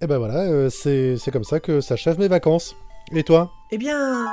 Et ben voilà, c'est comme ça que s'achèvent mes vacances. Et toi ? Eh bien...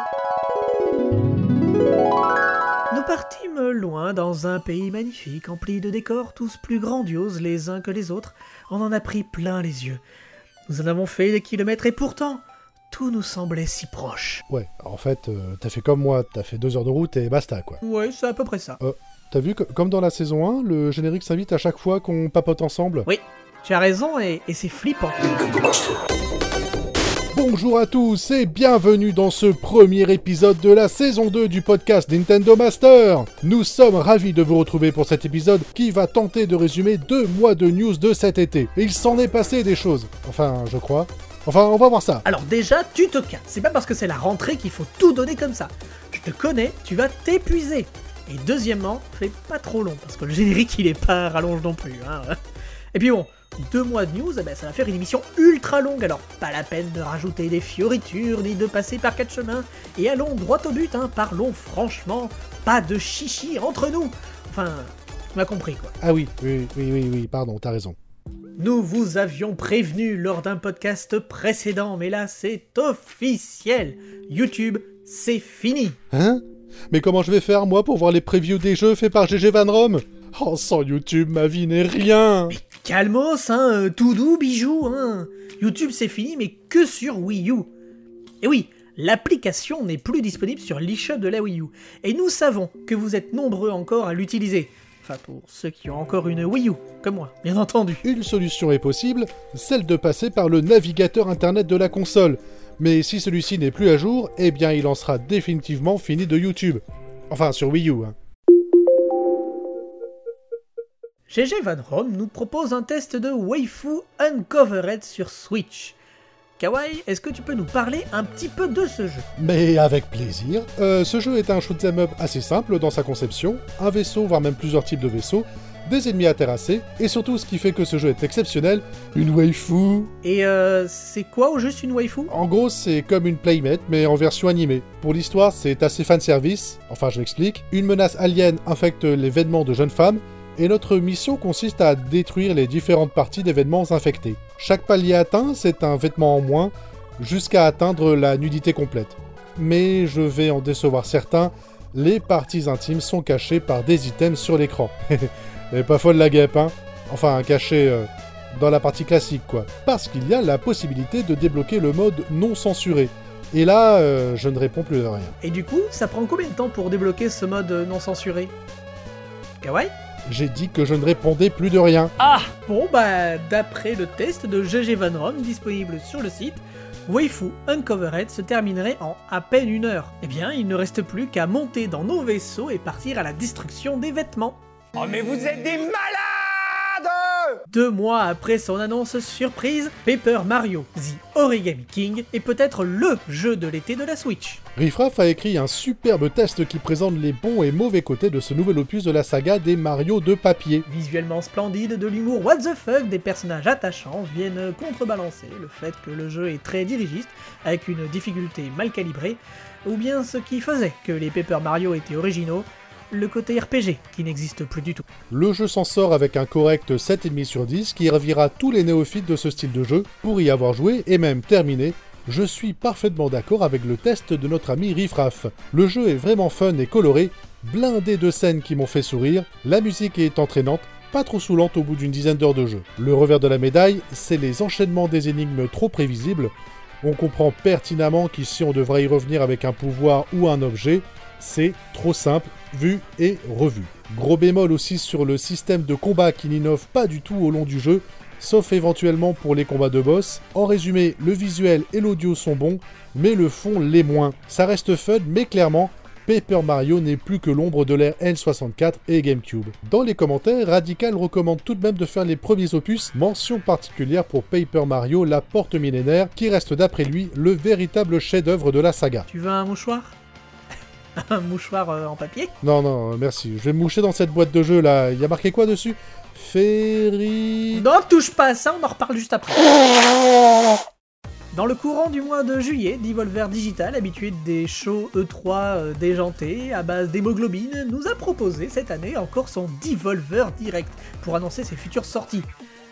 Nous partîmes loin dans un pays magnifique, empli de décors tous plus grandioses les uns que les autres. On en a pris plein les yeux. Nous en avons fait des kilomètres et pourtant, tout nous semblait si proche. Ouais, en fait, t'as fait comme moi, t'as fait 2 heures de route et basta, quoi. Ouais, c'est à peu près ça. T'as vu que, comme dans la saison 1, le générique s'invite à chaque fois qu'on papote ensemble ? Oui, tu as raison et c'est flippant. Bonjour à tous et bienvenue dans ce premier épisode de la saison 2 du podcast Nintendo Master. Nous sommes ravis de vous retrouver pour cet épisode qui va tenter de résumer 2 mois de news de cet été. Et il s'en est passé des choses. Enfin, je crois. Enfin, on va voir ça. Alors déjà, tu te calmes. C'est pas parce que c'est la rentrée qu'il faut tout donner comme ça. Je te connais, tu vas t'épuiser. Et deuxièmement, fais pas trop long, parce que le générique il est pas rallonge non plus. Hein. Et puis bon, 2 mois de news, ça va faire une émission ultra longue, alors pas la peine de rajouter des fioritures, ni de passer par 4 chemins. Et allons droit au but, hein, parlons franchement, pas de chichi entre nous. Enfin, tu m'as compris quoi. Ah oui, pardon, t'as raison. Nous vous avions prévenu lors d'un podcast précédent, mais là c'est officiel. YouTube, c'est fini. Hein ? Mais comment je vais faire, moi, pour voir les previews des jeux faits par GG Van Rom ? Oh, sans YouTube, ma vie n'est rien. Mais calmos, hein, tout doux, bijou, hein. YouTube, c'est fini, mais que sur Wii U. Et oui, l'application n'est plus disponible sur l'eShop de la Wii U. Et nous savons que vous êtes nombreux encore à l'utiliser. Enfin, pour ceux qui ont encore une Wii U, comme moi, bien entendu. Une solution est possible, celle de passer par le navigateur internet de la console. Mais si celui-ci n'est plus à jour, eh bien il en sera définitivement fini de YouTube. Enfin, sur Wii U, hein. GG Van Rom nous propose un test de Waifu Uncovered sur Switch. Kawaii, est-ce que tu peux nous parler un petit peu de ce jeu ? Mais avec plaisir. Ce jeu est un shoot'em up assez simple dans sa conception, un vaisseau, voire même plusieurs types de vaisseaux, des ennemis à terrasser, et surtout ce qui fait que ce jeu est exceptionnel, une waifu. Et c'est quoi au juste une waifu ? En gros, c'est comme une playmate, mais en version animée. Pour l'histoire, c'est assez fanservice, enfin je m'explique. Une menace alien infecte les vêtements de jeunes femmes, et notre mission consiste à détruire les différentes parties des vêtements infectés. Chaque palier atteint, c'est un vêtement en moins, jusqu'à atteindre la nudité complète. Mais je vais en décevoir certains, les parties intimes sont cachées par des items sur l'écran. Et pas folle la guêpe, hein. Enfin, cachées dans la partie classique, quoi. Parce qu'il y a la possibilité de débloquer le mode non censuré. Et là, je ne réponds plus de rien. Et du coup, ça prend combien de temps pour débloquer ce mode non censuré ? Kawaii ? J'ai dit que je ne répondais plus de rien. Ah ! Bon bah, d'après le test de GG Van Rom disponible sur le site, Waifu Uncovered se terminerait en à peine 1 heure. Eh bien, il ne reste plus qu'à monter dans nos vaisseaux et partir à la destruction des vêtements. Oh mais vous êtes des malades ! 2 mois après son annonce surprise, Paper Mario The Origami King est peut-être LE jeu de l'été de la Switch. Riffraff a écrit un superbe test qui présente les bons et mauvais côtés de ce nouvel opus de la saga des Mario de papier. Visuellement splendide, de l'humour what the fuck, des personnages attachants viennent contrebalancer le fait que le jeu est très dirigiste, avec une difficulté mal calibrée, ou bien ce qui faisait que les Paper Mario étaient originaux, le côté RPG qui n'existe plus du tout. Le jeu s'en sort avec un correct 7,5 sur 10 qui ravira tous les néophytes de ce style de jeu. Pour y avoir joué et même terminé, je suis parfaitement d'accord avec le test de notre ami Riffraff. Le jeu est vraiment fun et coloré, blindé de scènes qui m'ont fait sourire, la musique est entraînante, pas trop saoulante au bout d'une dizaine d'heures de jeu. Le revers de la médaille, c'est les enchaînements des énigmes trop prévisibles. On comprend pertinemment qu'ici on devrait y revenir avec un pouvoir ou un objet. C'est trop simple, vu et revu. Gros bémol aussi sur le système de combat qui n'innove pas du tout au long du jeu, sauf éventuellement pour les combats de boss. En résumé, le visuel et l'audio sont bons, mais le fond l'est moins. Ça reste fun, mais clairement, Paper Mario n'est plus que l'ombre de l'ère N64 et GameCube. Dans les commentaires, Radical recommande tout de même de faire les premiers opus, mention particulière pour Paper Mario, la porte millénaire, qui reste d'après lui le véritable chef-d'œuvre de la saga. Tu veux un mouchoir ? Un mouchoir en papier ? Non, merci. Je vais me moucher dans cette boîte de jeu là. Il y a marqué quoi dessus ? Ferry... Non, touche pas à ça, on en reparle juste après. Dans le courant du mois de juillet, Devolver Digital, habitué des shows E3 déjantés à base d'hémoglobine, nous a proposé cette année encore son Devolver Direct pour annoncer ses futures sorties.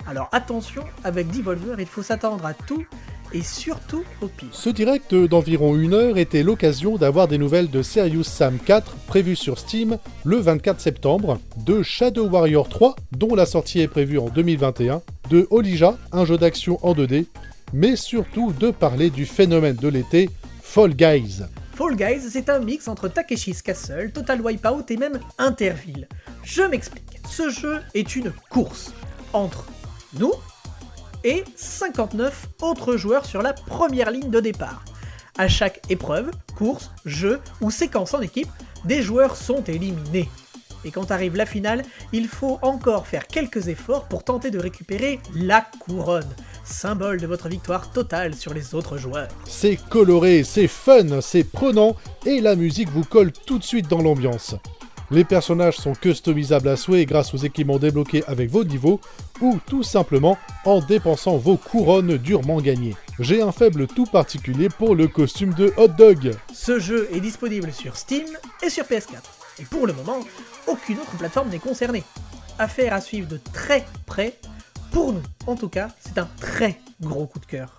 Alors attention, avec Devolver, il faut s'attendre à tout, et surtout au pire. Ce direct d'environ 1 heure était l'occasion d'avoir des nouvelles de Serious Sam 4, prévu sur Steam le 24 septembre, de Shadow Warrior 3, dont la sortie est prévue en 2021, de Olija, un jeu d'action en 2D, mais surtout de parler du phénomène de l'été, Fall Guys. Fall Guys, c'est un mix entre Takeshi's Castle, Total Wipeout et même Interville. Je m'explique, ce jeu est une course entre nous et 59 autres joueurs sur la première ligne de départ. À chaque épreuve, course, jeu ou séquence en équipe, des joueurs sont éliminés. Et quand arrive la finale, il faut encore faire quelques efforts pour tenter de récupérer la couronne, symbole de votre victoire totale sur les autres joueurs. C'est coloré, c'est fun, c'est prenant, et la musique vous colle tout de suite dans l'ambiance. Les personnages sont customisables à souhait grâce aux équipements débloqués avec vos niveaux, ou tout simplement en dépensant vos couronnes durement gagnées. J'ai un faible tout particulier pour le costume de hot dog. Ce jeu est disponible sur Steam et sur PS4. Et pour le moment, aucune autre plateforme n'est concernée. Affaire à suivre de très près. Pour nous, en tout cas, c'est un très gros coup de cœur.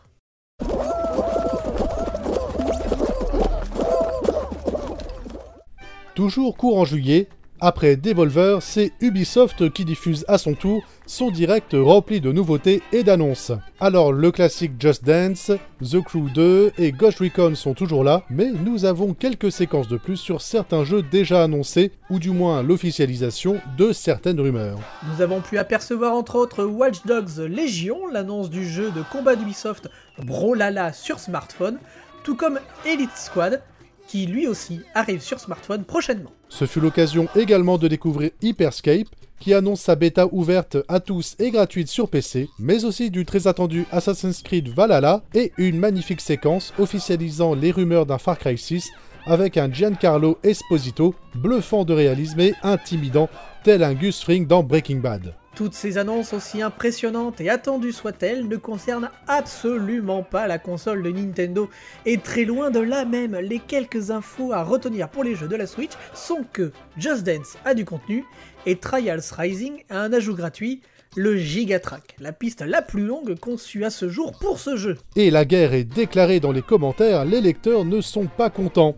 Toujours court en juillet, après Devolver, c'est Ubisoft qui diffuse à son tour son direct rempli de nouveautés et d'annonces. Alors le classique Just Dance, The Crew 2 et Ghost Recon sont toujours là, mais nous avons quelques séquences de plus sur certains jeux déjà annoncés, ou du moins l'officialisation de certaines rumeurs. Nous avons pu apercevoir entre autres Watch Dogs Legion, l'annonce du jeu de combat d'Ubisoft Brawlhalla sur smartphone, tout comme Elite Squad, qui lui aussi arrive sur smartphone prochainement. Ce fut l'occasion également de découvrir Hyperscape, qui annonce sa bêta ouverte à tous et gratuite sur PC, mais aussi du très attendu Assassin's Creed Valhalla et une magnifique séquence officialisant les rumeurs d'un Far Cry 6 avec un Giancarlo Esposito bluffant de réalisme et intimidant tel un Gus Fring dans Breaking Bad. Toutes ces annonces, aussi impressionnantes et attendues soient-elles, ne concernent absolument pas la console de Nintendo. Et très loin de là même, les quelques infos à retenir pour les jeux de la Switch sont que Just Dance a du contenu et Trials Rising a un ajout gratuit, le Gigatrack, la piste la plus longue conçue à ce jour pour ce jeu. Et la guerre est déclarée dans les commentaires, les lecteurs ne sont pas contents.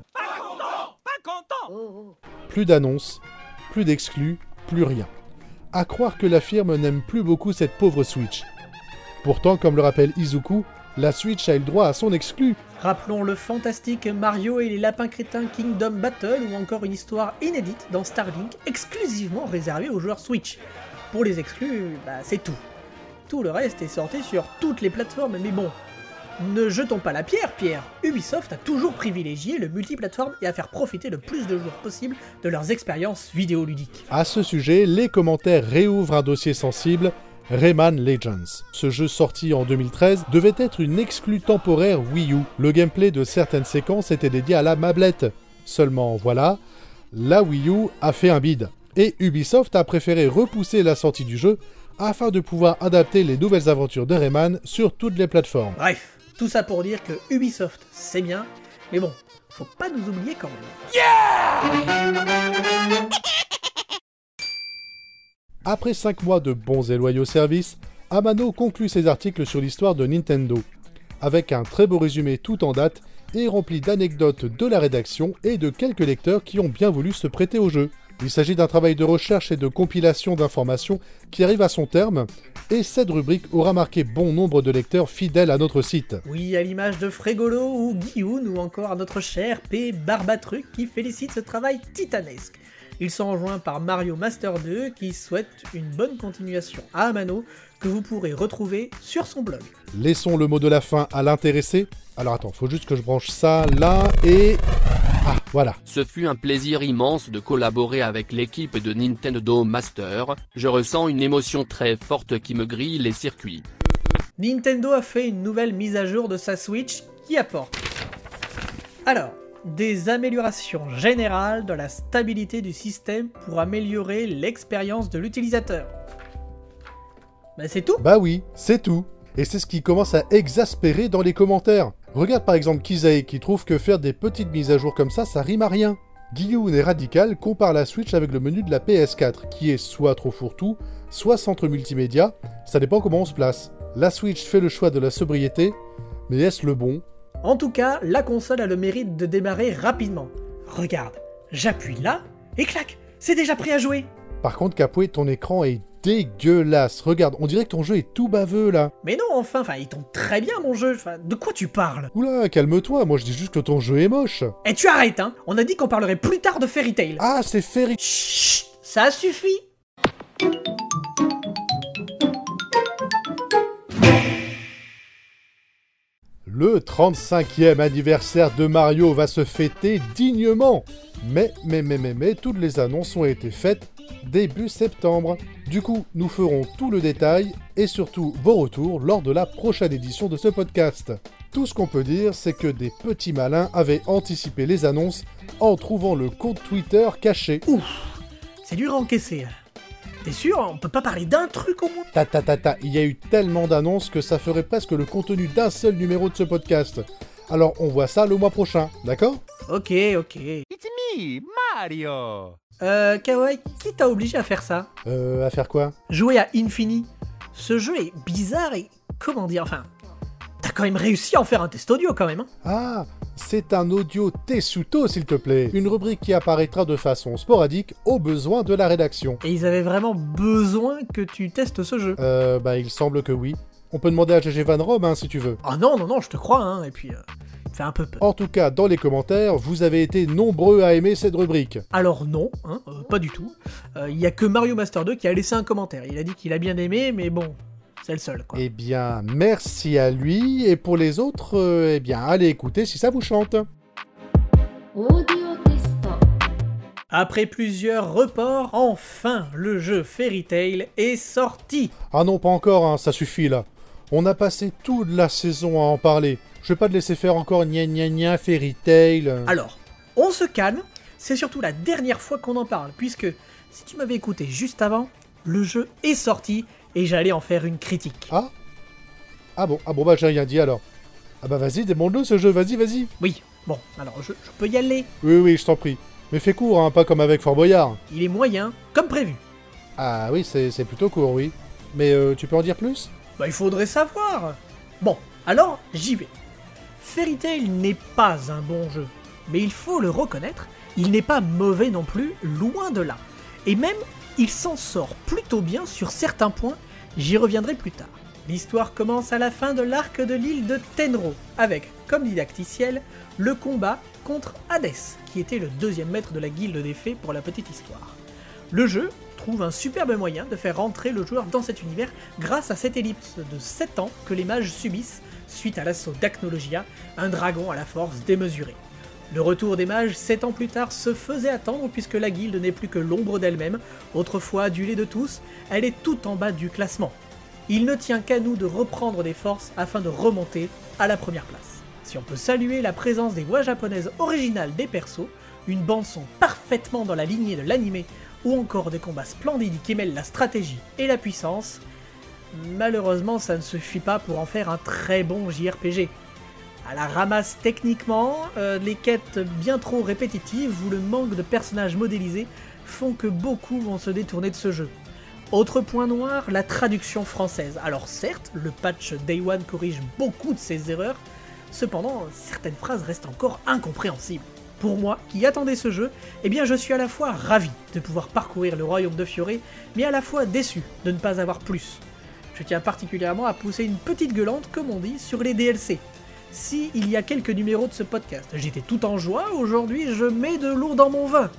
Pas content. Plus d'annonces, plus d'exclus, plus rien. À croire que la firme n'aime plus beaucoup cette pauvre Switch. Pourtant, comme le rappelle Izuku, la Switch a eu le droit à son exclu. Rappelons le fantastique Mario et les lapins crétins Kingdom Battle ou encore une histoire inédite dans Starlink exclusivement réservée aux joueurs Switch. Pour les exclus, c'est tout. Tout le reste est sorti sur toutes les plateformes, mais bon, ne jetons pas la pierre, Pierre. Ubisoft a toujours privilégié le multiplateforme et à faire profiter le plus de joueurs possible de leurs expériences vidéoludiques. À ce sujet, les commentaires réouvrent un dossier sensible, Rayman Legends. Ce jeu sorti en 2013 devait être une exclue temporaire Wii U. Le gameplay de certaines séquences était dédié à la mablette. Seulement voilà, la Wii U a fait un bide. Et Ubisoft a préféré repousser la sortie du jeu afin de pouvoir adapter les nouvelles aventures de Rayman sur toutes les plateformes. Bref, tout ça pour dire que Ubisoft c'est bien, mais bon, faut pas nous oublier quand même. Après 5 mois de bons et loyaux services, Amano conclut ses articles sur l'histoire de Nintendo, avec un très beau résumé tout en date et rempli d'anecdotes de la rédaction et de quelques lecteurs qui ont bien voulu se prêter au jeu. Il s'agit d'un travail de recherche et de compilation d'informations qui arrive à son terme, et cette rubrique aura marqué bon nombre de lecteurs fidèles à notre site. Oui, à l'image de Frégolo ou Guillaume ou encore à notre cher P. Barbatruc qui félicite ce travail titanesque. Ils sont rejoints par Mario Master 2 qui souhaite une bonne continuation à Amano que vous pourrez retrouver sur son blog. Laissons le mot de la fin à l'intéressé. Alors attends, faut juste que je branche ça là et... Ah, voilà. Ce fut un plaisir immense de collaborer avec l'équipe de Nintendo Master, je ressens une émotion très forte qui me grille les circuits. Nintendo a fait une nouvelle mise à jour de sa Switch qui apporte... Alors, des améliorations générales dans la stabilité du système pour améliorer l'expérience de l'utilisateur. C'est tout. Bah oui, c'est tout. Et c'est ce qui commence à exaspérer dans les commentaires. Regarde par exemple Kizae qui trouve que faire des petites mises à jour comme ça rime à rien. Guillaume et Radical comparent la Switch avec le menu de la PS4, qui est soit trop fourre-tout, soit centre multimédia, ça dépend comment on se place. La Switch fait le choix de la sobriété, mais est-ce le bon ? En tout cas, la console a le mérite de démarrer rapidement. Regarde, j'appuie là, et clac, c'est déjà prêt à jouer. Par contre, Capoué, ton écran est dégueulasse. Regarde, on dirait que ton jeu est tout baveux, là. Mais non, enfin, il tombe très bien mon jeu, de quoi tu parles ? Oula, calme-toi, moi je dis juste que ton jeu est moche. Eh, tu arrêtes, hein. On a dit qu'on parlerait plus tard de Fairy Tail. Ah, c'est Fairy... Chut, ça suffit. Le 35e anniversaire de Mario va se fêter dignement. Mais, toutes les annonces ont été faites début septembre. Du coup, nous ferons tout le détail et surtout vos retours lors de la prochaine édition de ce podcast. Tout ce qu'on peut dire, c'est que des petits malins avaient anticipé les annonces en trouvant le compte Twitter caché. Ouf, c'est dur à encaisser. T'es sûr ? On peut pas parler d'un truc au moins ? Il y a eu tellement d'annonces que ça ferait presque le contenu d'un seul numéro de ce podcast. Alors on voit ça le mois prochain, d'accord ? Ok. It's me, Mario. Kawaii, qui t'a obligé à faire ça ? À faire quoi ? Jouer à Infini. Ce jeu est bizarre et... comment dire, enfin... T'as quand même réussi à en faire un test audio quand même, hein ? Ah, c'est un audio Tessuto s'il te plaît. Une rubrique qui apparaîtra de façon sporadique aux besoins de la rédaction. Et ils avaient vraiment besoin que tu testes ce jeu ? Il semble que oui. On peut demander à GG Van Rom, hein, si tu veux. Ah non, je te crois, hein, et puis... il me fait un peu peur. En tout cas, dans les commentaires, vous avez été nombreux à aimer cette rubrique. Alors non, hein, pas du tout. Il y a que Mario Master 2 qui a laissé un commentaire. Il a dit qu'il a bien aimé, mais bon... c'est le seul, quoi. Eh bien, merci à lui, et pour les autres, allez écouter si ça vous chante. Après plusieurs reports, enfin, le jeu Fairy Tail est sorti. Ah non, pas encore, hein, ça suffit là. On a passé toute la saison à en parler. Je vais pas te laisser faire encore gna Fairy Tail. Alors, on se calme, c'est surtout la dernière fois qu'on en parle, puisque, si tu m'avais écouté juste avant, le jeu est sorti, et j'allais en faire une critique. Ah bon, j'ai rien dit alors. Ah bah vas-y, démonte-le ce jeu, vas-y. Oui, bon, alors je peux y aller. Oui, je t'en prie. Mais fais court, hein, pas comme avec Fort Boyard. Il est moyen, comme prévu. Ah oui, c'est plutôt court, oui. Mais tu peux en dire plus ? Bah il faudrait savoir. Bon, alors j'y vais. Fairy Tail n'est pas un bon jeu, mais il faut le reconnaître, il n'est pas mauvais non plus, loin de là. Et même, il s'en sort plutôt bien sur certains points, j'y reviendrai plus tard. L'histoire commence à la fin de l'arc de l'île de Tenro, avec, comme didacticiel, le combat contre Hadès, qui était le deuxième maître de la guilde des fées pour la petite histoire. Le jeu trouve un superbe moyen de faire rentrer le joueur dans cet univers grâce à cette ellipse de 7 ans que les mages subissent suite à l'assaut d'Acnologia, un dragon à la force démesurée. Le retour des mages 7 ans plus tard se faisait attendre puisque la guilde n'est plus que l'ombre d'elle-même, autrefois adulée de tous, elle est tout en bas du classement. Il ne tient qu'à nous de reprendre des forces afin de remonter à la première place. Si on peut saluer la présence des voix japonaises originales des persos, une bande-son parfaitement dans la lignée de l'anime, ou encore des combats splendides qui mêlent la stratégie et la puissance, malheureusement ça ne suffit pas pour en faire un très bon JRPG. À la ramasse techniquement, les quêtes bien trop répétitives ou le manque de personnages modélisés font que beaucoup vont se détourner de ce jeu. Autre point noir, la traduction française. Alors certes, le patch Day One corrige beaucoup de ces erreurs, cependant certaines phrases restent encore incompréhensibles. Pour moi, qui attendais ce jeu, je suis à la fois ravi de pouvoir parcourir le royaume de Fioré, mais à la fois déçu de ne pas avoir plus. Je tiens particulièrement à pousser une petite gueulante, comme on dit, sur les DLC. Si il y a quelques numéros de ce podcast, j'étais tout en joie, aujourd'hui je mets de l'eau dans mon vin.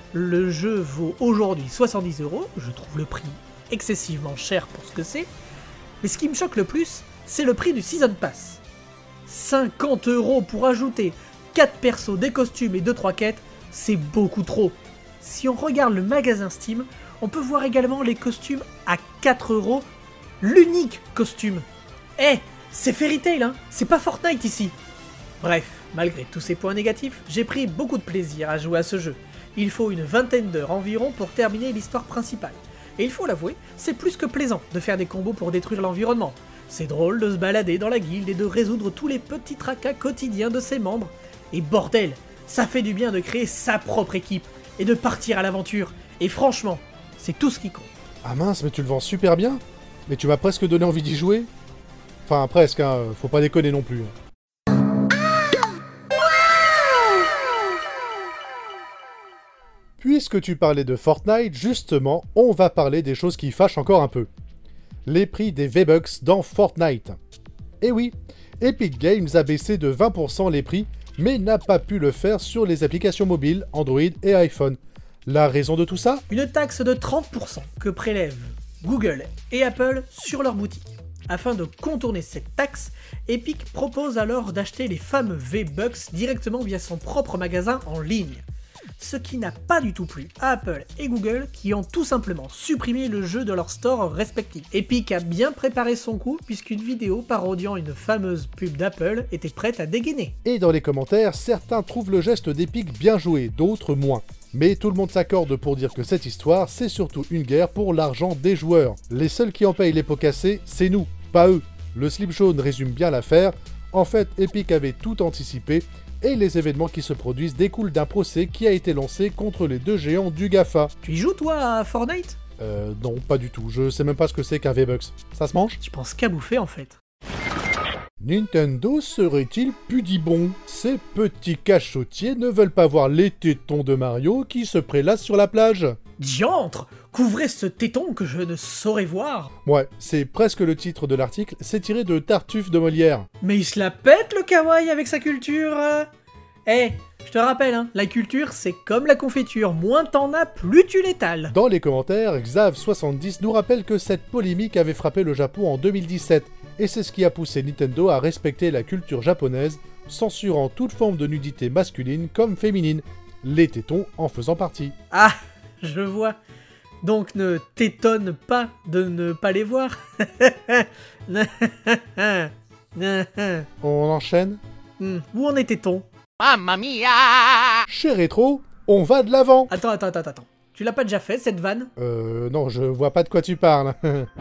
Le jeu vaut aujourd'hui 70€, je trouve le prix excessivement cher pour ce que c'est, mais ce qui me choque le plus, c'est le prix du Season Pass. 50€ pour ajouter 4 persos, des costumes et 2-3 quêtes, c'est beaucoup trop. Si on regarde le magasin Steam, on peut voir également les costumes à 4€, l'unique costume. C'est Fairy Tail, hein, c'est pas Fortnite ici. Bref, malgré tous ces points négatifs, j'ai pris beaucoup de plaisir à jouer à ce jeu. Il faut une vingtaine d'heures environ pour terminer l'histoire principale. Et il faut l'avouer, c'est plus que plaisant de faire des combos pour détruire l'environnement. C'est drôle de se balader dans la guilde et de résoudre tous les petits tracas quotidiens de ses membres. Et bordel, Ça fait du bien de créer sa propre équipe et de partir à l'aventure. Et franchement, c'est tout ce qui compte. Ah mince, mais tu le vends super bien. Mais tu m'as presque donné envie d'y jouer. Enfin, presque, hein, faut pas déconner non plus. Puisque tu parlais de Fortnite, justement, on va parler des choses qui fâchent encore un peu. Les prix des V-Bucks dans Fortnite. Et oui, Epic Games a baissé de 20% les prix, mais n'a pas pu le faire sur les applications mobiles, Android et iPhone. La raison de tout ça ? Une taxe de 30% que prélèvent Google et Apple sur leur boutique. Afin de contourner cette taxe, Epic propose alors d'acheter les fameux V-Bucks directement via son propre magasin en ligne. Ce qui n'a pas du tout plu à Apple et Google qui ont tout simplement supprimé le jeu de leur store respectifs. Epic a bien préparé son coup puisqu'une vidéo parodiant une fameuse pub d'Apple était prête à dégainer. Et dans les commentaires, certains trouvent le geste d'Epic bien joué, d'autres moins. Mais tout le monde s'accorde pour dire que cette histoire, c'est surtout une guerre pour l'argent des joueurs. Les seuls qui en payent les pots cassés, c'est nous, pas eux. Le slip jaune résume bien l'affaire. En fait, Epic avait tout anticipé, et les événements qui se produisent découlent d'un procès qui a été lancé contre les deux géants du GAFA. Tu y joues toi à Fortnite ? Non, pas du tout. Je sais même pas ce que c'est qu'un V-Bucks. Ça se mange ? Je pense qu'à bouffer en fait. Nintendo serait-il pudibond ? Ces petits cachotiers ne veulent pas voir les tétons de Mario qui se prélassent sur la plage. Diantre ! Couvrez ce téton que je ne saurais voir. Ouais, c'est presque le titre de l'article, c'est tiré de Tartuffe de Molière. Mais il se la pète le kawaii avec sa culture. Je te rappelle, hein, la culture c'est comme la confiture, moins t'en as, plus tu l'étales. Dans les commentaires, Xav70 nous rappelle que cette polémique avait frappé le Japon en 2017, et c'est ce qui a poussé Nintendo à respecter la culture japonaise, censurant toute forme de nudité masculine comme féminine, les tétons en faisant partie. Ah, je vois. Donc ne t'étonne pas de ne pas les voir. On enchaîne ? Où en était-on ? Mamma mia! Chez Rétro, on va de l'avant. Attends. Tu l'as pas déjà fait cette vanne ? Non, je vois pas de quoi tu parles.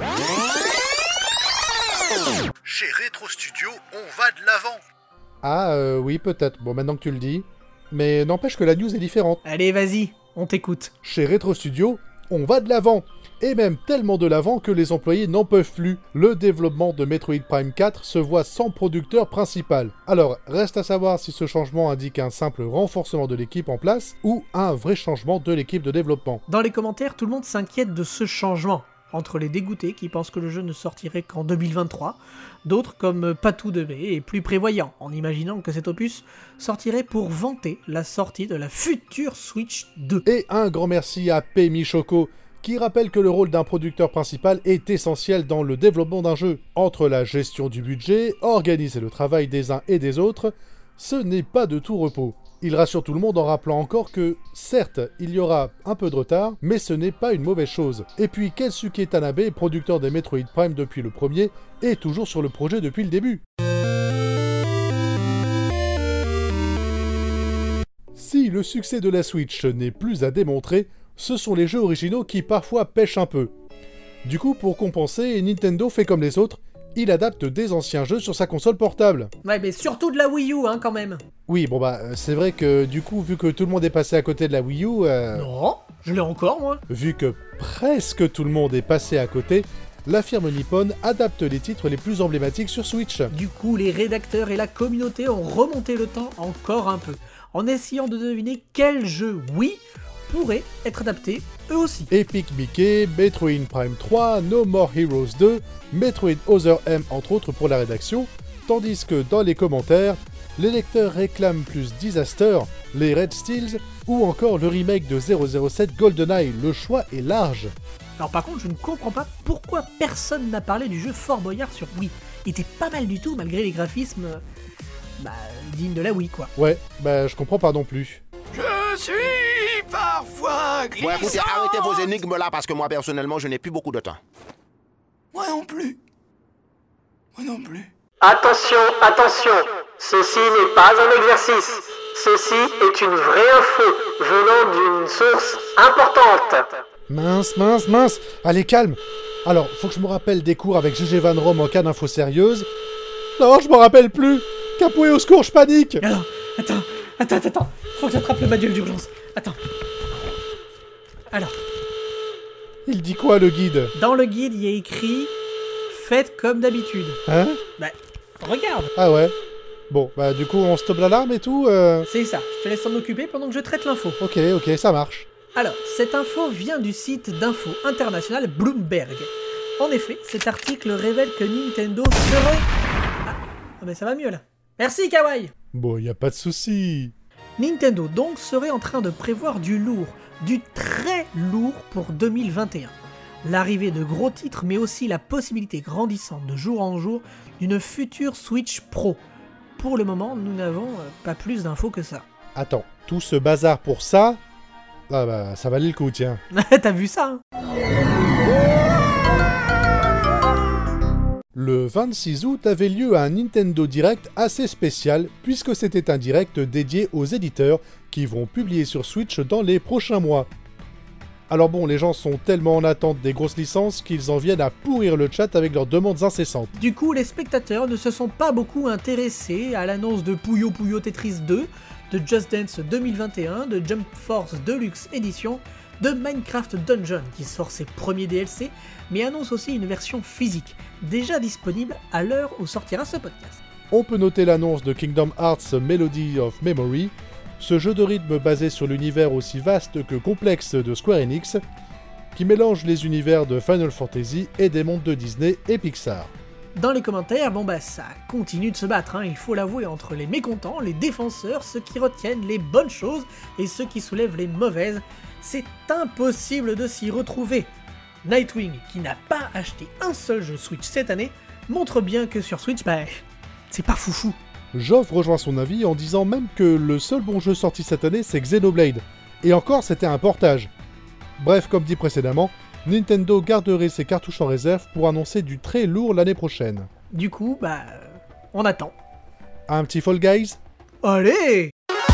Chez Retro Studio, on va de l'avant. Ah, oui, peut-être. Bon, maintenant que tu le dis. Mais n'empêche que la news est différente. Allez, vas-y, on t'écoute. Chez Retro Studio, on va de l'avant. Et même tellement de l'avant que les employés n'en peuvent plus. Le développement de Metroid Prime 4 se voit sans producteur principal. Alors, reste à savoir si ce changement indique un simple renforcement de l'équipe en place ou un vrai changement de l'équipe de développement. Dans les commentaires, tout le monde s'inquiète de ce changement. Entre les dégoûtés qui pensent que le jeu ne sortirait qu'en 2023, d'autres comme Patou de B et plus prévoyants, en imaginant que cet opus sortirait pour vanter la sortie de la future Switch 2. Et un grand merci à Pemi Choco, qui rappelle que le rôle d'un producteur principal est essentiel dans le développement d'un jeu. Entre la gestion du budget, organiser le travail des uns et des autres, ce n'est pas de tout repos. Il rassure tout le monde en rappelant encore que, certes, il y aura un peu de retard, mais ce n'est pas une mauvaise chose. Et puis Kensuke Tanabe, producteur des Metroid Prime depuis le premier, est toujours sur le projet depuis le début. Si le succès de la Switch n'est plus à démontrer, ce sont les jeux originaux qui parfois pêchent un peu. Du coup, pour compenser, Nintendo fait comme les autres, il adapte des anciens jeux sur sa console portable. Ouais, mais surtout de la Wii U, hein, quand même. Oui, bon bah, c'est vrai que du coup, vu que tout le monde est passé à côté de la Wii U... Non, je l'ai encore, moi. Vu que presque tout le monde est passé à côté, la firme Nippon adapte les titres les plus emblématiques sur Switch. Du coup, les rédacteurs et la communauté ont remonté le temps encore un peu, en essayant de deviner quel jeu Wii pourrait être adapté eux aussi. Epic Mickey, Metroid Prime 3, No More Heroes 2, Metroid Other M entre autres pour la rédaction, tandis que dans les commentaires, les lecteurs réclament plus Disaster, les Red Steels ou encore le remake de 007 GoldenEye. Le choix est large. Alors par contre, je ne comprends pas pourquoi personne n'a parlé du jeu Fort Boyard sur Wii. Il était pas mal du tout malgré les graphismes dignes de la Wii quoi. Ouais, bah je comprends pas non plus. Je suis parfois glissant. Bon, écoutez, arrêtez vos énigmes là parce que moi personnellement je n'ai plus beaucoup de temps. Moi non plus. Attention, attention, ceci n'est pas un exercice. Ceci est une vraie info venant d'une source importante. Mince, allez calme. Alors, faut que je me rappelle des cours avec GG Van Rom en cas d'info sérieuse. Non, je m'en rappelle plus. Capoué au secours, je panique. Alors, attends. Faut que j'attrape le manuel d'urgence. Attends. Alors, Il dit quoi, le guide? dans le guide, il y a écrit « Faites comme d'habitude Hein? » Bah, regarde. Ah ouais. Bon, bah du coup, on stoppe l'alarme et tout C'est ça, je te laisse t'en occuper pendant que je traite l'info. Ok, ça marche. Alors, cette info vient du site d'info international Bloomberg. En effet, cet article révèle que Nintendo serait... Ah, mais ça va mieux là. Merci Kawaii. Bon, y a pas de souci. Nintendo donc serait en train de prévoir du lourd, du très lourd pour 2021. L'arrivée de gros titres, mais aussi la possibilité grandissante de jour en jour d'une future Switch Pro. Pour le moment, nous n'avons pas plus d'infos que ça. Attends, tout ce bazar pour ça? Ah bah, ça valait le coup, tiens. T'as vu ça, hein? Le 26 août avait lieu un Nintendo Direct assez spécial, puisque c'était un direct dédié aux éditeurs qui vont publier sur Switch dans les prochains mois. Alors bon, les gens sont tellement en attente des grosses licences qu'ils en viennent à pourrir le chat avec leurs demandes incessantes. Du coup, les spectateurs ne se sont pas beaucoup intéressés à l'annonce de Puyo Puyo Tetris 2, de Just Dance 2021, de Jump Force Deluxe Edition, de Minecraft Dungeon qui sort ses premiers DLC, mais annonce aussi une version physique, déjà disponible à l'heure où sortira ce podcast. On peut noter l'annonce de Kingdom Hearts Melody of Memory, ce jeu de rythme basé sur l'univers aussi vaste que complexe de Square Enix, qui mélange les univers de Final Fantasy et des mondes de Disney et Pixar. Dans les commentaires, ça continue de se battre, hein, il faut l'avouer, entre les mécontents, les défenseurs, ceux qui retiennent les bonnes choses et ceux qui soulèvent les mauvaises. C'est impossible de s'y retrouver. Nightwing, qui n'a pas acheté un seul jeu Switch cette année, montre bien que sur Switch, c'est pas foufou. Joff rejoint son avis en disant même que le seul bon jeu sorti cette année c'est Xenoblade, et encore c'était un portage. Bref, comme dit précédemment, Nintendo garderait ses cartouches en réserve pour annoncer du très lourd l'année prochaine. Du coup, on attend. Un petit Fall Guys? Allez!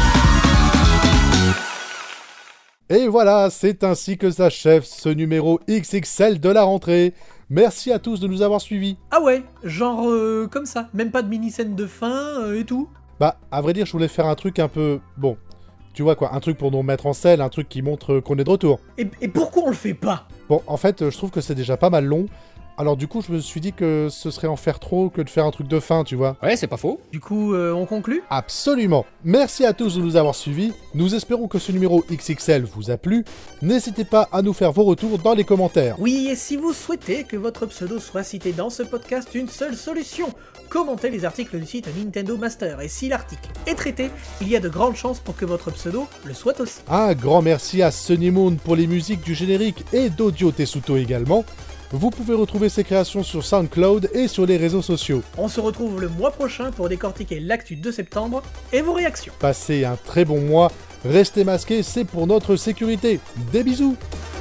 Et voilà, c'est ainsi que s'achève ce numéro XXL de la rentrée. Merci à tous de nous avoir suivis. Ah ouais, genre comme ça, même pas de mini-scène de fin et tout. Bah, à vrai dire, je voulais faire un truc un peu... Bon, tu vois quoi, un truc pour nous mettre en selle, un truc qui montre qu'on est de retour. Et pourquoi on le fait pas? Bon, en fait, je trouve que c'est déjà pas mal long. Alors du coup, je me suis dit que ce serait en faire trop que de faire un truc de fin, tu vois. Ouais, c'est pas faux. Du coup, on conclut? Absolument. Merci à tous de nous avoir suivis. Nous espérons que ce numéro XXL vous a plu. N'hésitez pas à nous faire vos retours dans les commentaires. Oui, et si vous souhaitez que votre pseudo soit cité dans ce podcast, une seule solution. Commentez les articles du site Nintendo Master. Et si l'article est traité, il y a de grandes chances pour que votre pseudo le soit aussi. Un grand merci à Sunny Moon pour les musiques du générique et d'Audio Tessuto également. Vous pouvez retrouver ses créations sur SoundCloud et sur les réseaux sociaux. On se retrouve le mois prochain pour décortiquer l'actu de septembre et vos réactions. Passez un très bon mois, restez masqués, c'est pour notre sécurité. Des bisous!